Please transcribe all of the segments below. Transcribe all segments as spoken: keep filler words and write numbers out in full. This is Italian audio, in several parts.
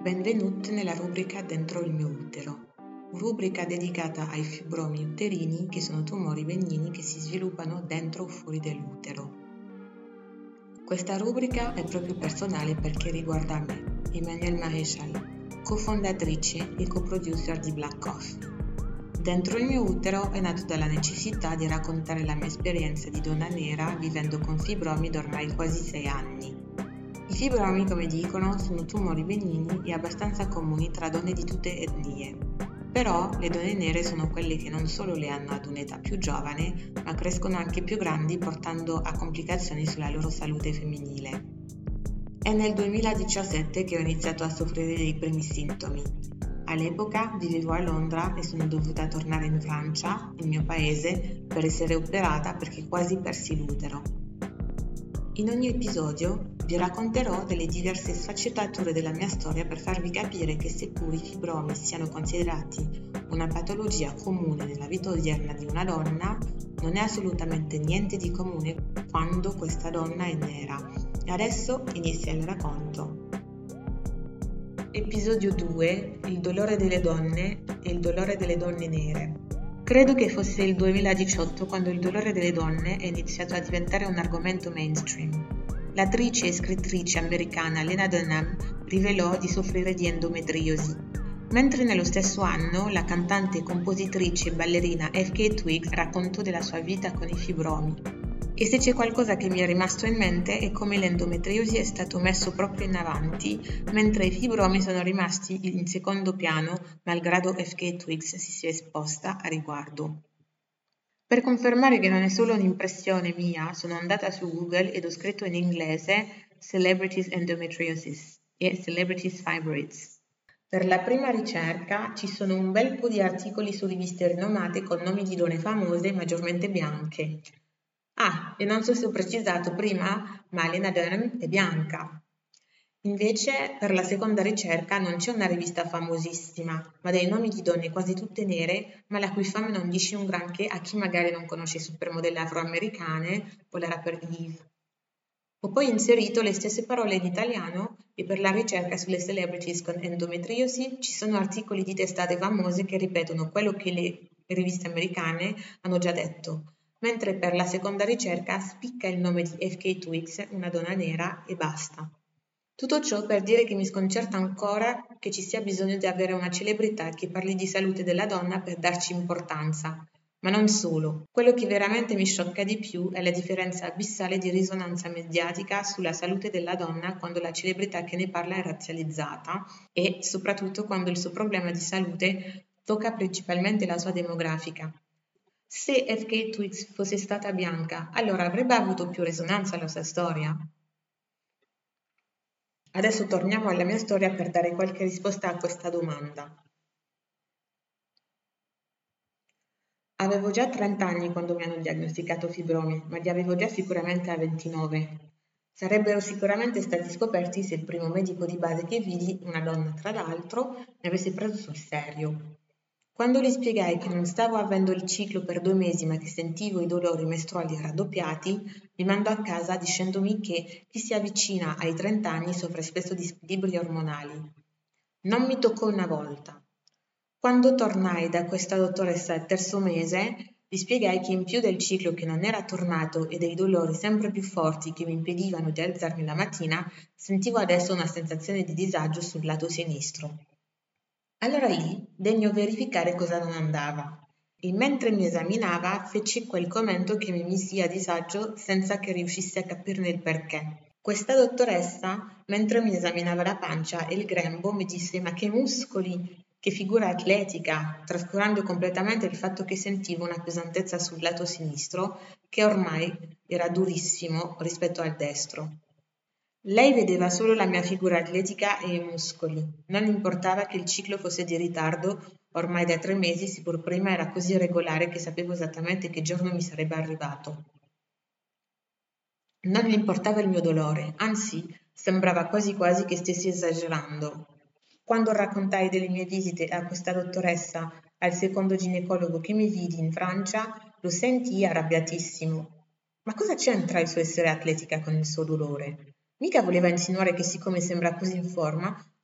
Benvenuti nella rubrica Dentro il mio utero, rubrica dedicata ai fibromi uterini, che sono tumori benigni che si sviluppano dentro o fuori dell'utero. Questa rubrica è proprio personale perché riguarda me, Emmanuelle Maréchal, cofondatrice e coproducer di Black Coffee. Dentro il mio utero è nato dalla necessità di raccontare la mia esperienza di donna nera vivendo con fibromi da ormai quasi sei anni. I fibromi, come dicono, sono tumori benigni e abbastanza comuni tra donne di tutte etnie. Però le donne nere sono quelle che non solo le hanno ad un'età più giovane, ma crescono anche più grandi, portando a complicazioni sulla loro salute femminile. È nel duemiladiciassette che ho iniziato a soffrire dei primi sintomi. All'epoca vivevo a Londra e sono dovuta tornare in Francia, il mio paese, per essere operata perché quasi persi l'utero. In ogni episodio vi racconterò delle diverse sfaccettature della mia storia per farvi capire che seppur i fibromi siano considerati una patologia comune nella vita odierna di una donna, non è assolutamente niente di comune quando questa donna è nera. E adesso inizia il racconto. Episodio due. Il dolore delle donne e il dolore delle donne nere. Credo che fosse il duemiladiciotto quando il dolore delle donne è iniziato a diventare un argomento mainstream. L'attrice e scrittrice americana Lena Dunham rivelò di soffrire di endometriosi, mentre nello stesso anno la cantante, compositrice e ballerina F K Twigs raccontò della sua vita con i fibromi. E se c'è qualcosa che mi è rimasto in mente è come l'endometriosi è stato messo proprio in avanti, mentre i fibromi sono rimasti in secondo piano, malgrado F K Twigs si sia esposta a riguardo. Per confermare che non è solo un'impressione mia, sono andata su Google ed ho scritto in inglese Celebrities Endometriosis e Celebrities Fibroids. Per la prima ricerca ci sono un bel po' di articoli su riviste rinomate con nomi di donne famose maggiormente bianche. Ah, e non so se ho precisato prima, ma Lena Dunham è bianca. Invece, per la seconda ricerca non c'è una rivista famosissima, ma dei nomi di donne quasi tutte nere, ma la cui fama non dice un granché a chi magari non conosce supermodelle afroamericane o la rapper Eve. Ho poi inserito le stesse parole in italiano e per la ricerca sulle celebrities con endometriosi ci sono articoli di testate famose che ripetono quello che le riviste americane hanno già detto, mentre per la seconda ricerca spicca il nome di F K Twigs, una donna nera, e basta. Tutto ciò per dire che mi sconcerta ancora che ci sia bisogno di avere una celebrità che parli di salute della donna per darci importanza. Ma non solo. Quello che veramente mi sciocca di più è la differenza abissale di risonanza mediatica sulla salute della donna quando la celebrità che ne parla è razzializzata e soprattutto quando il suo problema di salute tocca principalmente la sua demografica. Se F K Twigs fosse stata bianca, allora avrebbe avuto più risonanza la sua storia? Adesso torniamo alla mia storia per dare qualche risposta a questa domanda. Avevo già trenta anni quando mi hanno diagnosticato fibromi, ma li avevo già sicuramente a ventinove. Sarebbero sicuramente stati scoperti se il primo medico di base che vidi, una donna tra l'altro, mi avesse preso sul serio. Quando gli spiegai che non stavo avendo il ciclo per due mesi ma che sentivo i dolori mestruali raddoppiati, mi mandò a casa dicendomi che chi si avvicina ai trenta anni soffre spesso di squilibri ormonali. Non mi toccò una volta. Quando tornai da questa dottoressa al terzo mese, gli spiegai che in più del ciclo che non era tornato e dei dolori sempre più forti che mi impedivano di alzarmi la mattina, sentivo adesso una sensazione di disagio sul lato sinistro. Allora lì degno verificare cosa non andava e mentre mi esaminava feci quel commento che mi misi a disagio senza che riuscissi a capirne il perché. Questa dottoressa, mentre mi esaminava la pancia e il grembo, mi disse: "Ma che muscoli, che figura atletica", trascurando completamente il fatto che sentivo una pesantezza sul lato sinistro che ormai era durissimo rispetto al destro. Lei vedeva solo la mia figura atletica e i muscoli. Non importava che il ciclo fosse di ritardo, ormai da tre mesi, seppur prima era così regolare che sapevo esattamente che giorno mi sarebbe arrivato. Non gli importava il mio dolore, anzi, sembrava quasi quasi che stessi esagerando. Quando raccontai delle mie visite a questa dottoressa, al secondo ginecologo che mi vidi in Francia, lo sentii arrabbiatissimo. Ma cosa c'entra il suo essere atletica con il suo dolore? Mica voleva insinuare che siccome sembra così in forma,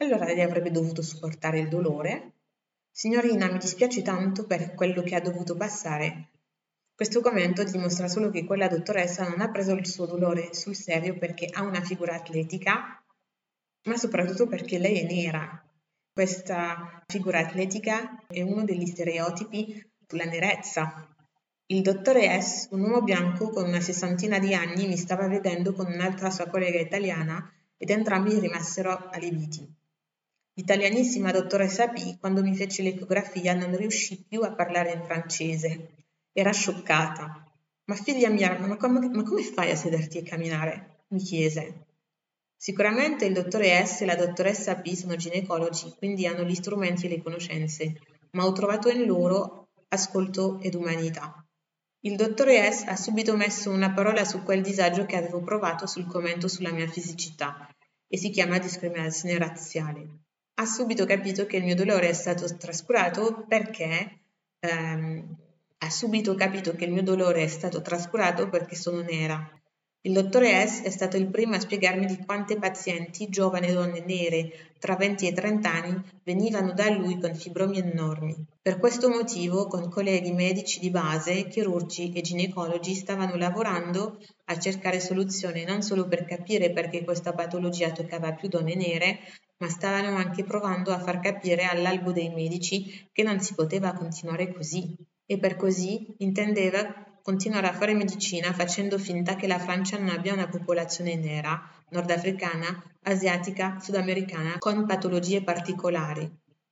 Allora lei avrebbe dovuto sopportare il dolore. Signorina, mi dispiace tanto per quello che ha dovuto passare. Questo commento dimostra solo che quella dottoressa non ha preso il suo dolore sul serio perché ha una figura atletica, ma soprattutto perché lei è nera. Questa figura atletica è uno degli stereotipi sulla nerezza. Il dottore S, un uomo bianco con una sessantina di anni, mi stava vedendo con un'altra sua collega italiana ed entrambi rimasero allibiti. L'italianissima dottoressa P, quando mi fece l'ecografia, non riuscì più a parlare in francese. Era scioccata. Ma figlia mia, ma come, ma come fai a sederti e camminare? Mi chiese. Sicuramente il dottore S e la dottoressa P sono ginecologi, quindi hanno gli strumenti e le conoscenze, ma ho trovato in loro ascolto ed umanità. Il dottore S ha subito messo una parola su quel disagio che avevo provato sul commento sulla mia fisicità e si chiama discriminazione razziale. Ha subito capito che il mio dolore è stato trascurato perché ehm, ha subito capito che il mio dolore è stato trascurato perché sono nera. Il dottore S è stato il primo a spiegarmi di quante pazienti, giovani donne nere tra venti e trenta anni, venivano da lui con fibromi enormi. Per questo motivo, con colleghi medici di base, chirurgi e ginecologi stavano lavorando a cercare soluzioni non solo per capire perché questa patologia toccava più donne nere, ma stavano anche provando a far capire all'albo dei medici che non si poteva continuare così. E per così intendeva continuare a fare medicina facendo finta che la Francia non abbia una popolazione nera, nordafricana, asiatica, sudamericana con patologie particolari.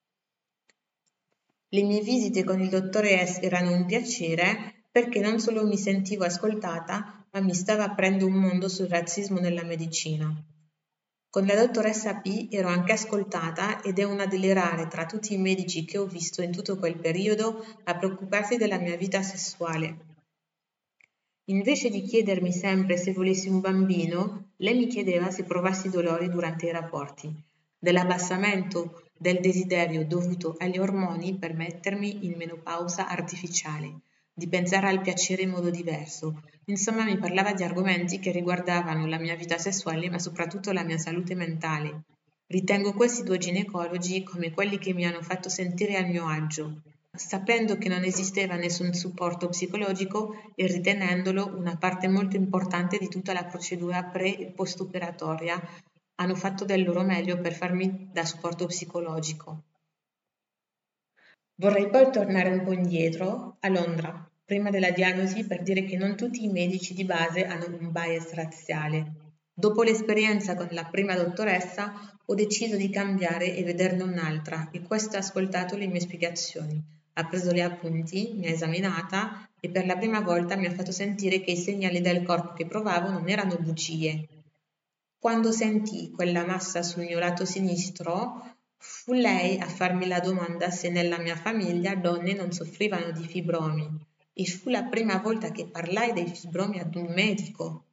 Le mie visite con il dottore S erano un piacere perché non solo mi sentivo ascoltata, ma mi stava aprendo un mondo sul razzismo nella medicina. Con la dottoressa P ero anche ascoltata ed è una delle rare tra tutti i medici che ho visto in tutto quel periodo a preoccuparsi della mia vita sessuale. Invece di chiedermi sempre se volessi un bambino, lei mi chiedeva se provassi dolori durante i rapporti, dell'abbassamento del desiderio dovuto agli ormoni per mettermi in menopausa artificiale, di pensare al piacere in modo diverso. Insomma, mi parlava di argomenti che riguardavano la mia vita sessuale, ma soprattutto la mia salute mentale. Ritengo questi due ginecologi come quelli che mi hanno fatto sentire a mio agio, sapendo che non esisteva nessun supporto psicologico e ritenendolo una parte molto importante di tutta la procedura pre- e post-operatoria, hanno fatto del loro meglio per farmi da supporto psicologico. Vorrei poi tornare un po' indietro, a Londra, prima della diagnosi, per dire che non tutti i medici di base hanno un bias razziale. Dopo l'esperienza con la prima dottoressa ho deciso di cambiare e vederne un'altra e questo ha ascoltato le mie spiegazioni, ha preso gli appunti, mi ha esaminata e per la prima volta mi ha fatto sentire che i segnali del corpo che provavo non erano bugie. Quando sentii quella massa sul mio lato sinistro, fu lei a farmi la domanda se nella mia famiglia donne non soffrivano di fibromi e fu la prima volta che parlai dei fibromi ad un medico.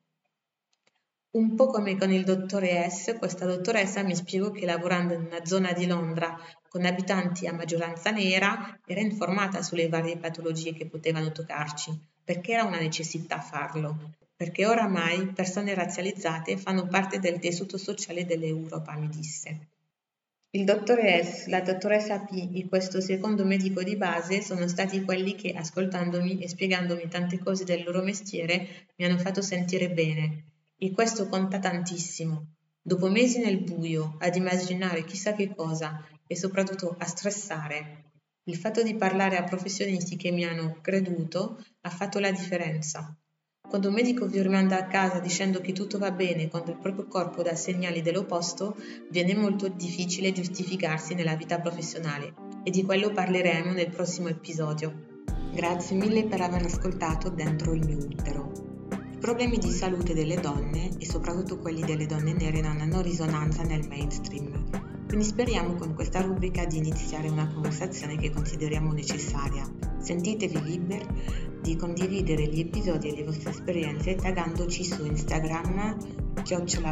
Un po' come con il dottore S, questa dottoressa mi spiegò che lavorando in una zona di Londra con abitanti a maggioranza nera era informata sulle varie patologie che potevano toccarci, perché era una necessità farlo, perché oramai persone razzializzate fanno parte del tessuto sociale dell'Europa, mi disse. Il dottore S, la dottoressa P e questo secondo medico di base sono stati quelli che, ascoltandomi e spiegandomi tante cose del loro mestiere, mi hanno fatto sentire bene. E questo conta tantissimo. Dopo mesi nel buio, ad immaginare chissà che cosa e soprattutto a stressare, il fatto di parlare a professionisti che mi hanno creduto ha fatto la differenza. Quando un medico vi rimanda a casa dicendo che tutto va bene quando il proprio corpo dà segnali dell'opposto, viene molto difficile giustificarsi nella vita professionale e di quello parleremo nel prossimo episodio. Grazie mille per aver ascoltato Dentro il mio utero. I problemi di salute delle donne e soprattutto quelli delle donne nere non hanno risonanza nel mainstream, quindi speriamo con questa rubrica di iniziare una conversazione che consideriamo necessaria. Sentitevi liberi di condividere gli episodi e le vostre esperienze taggandoci su Instagram chiocciola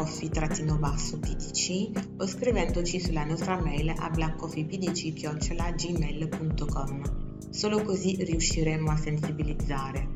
blackcoffee-pdc o scrivendoci sulla nostra mail a blackcoffeepdc chiocciola gmail punto com. Solo così riusciremo a sensibilizzare.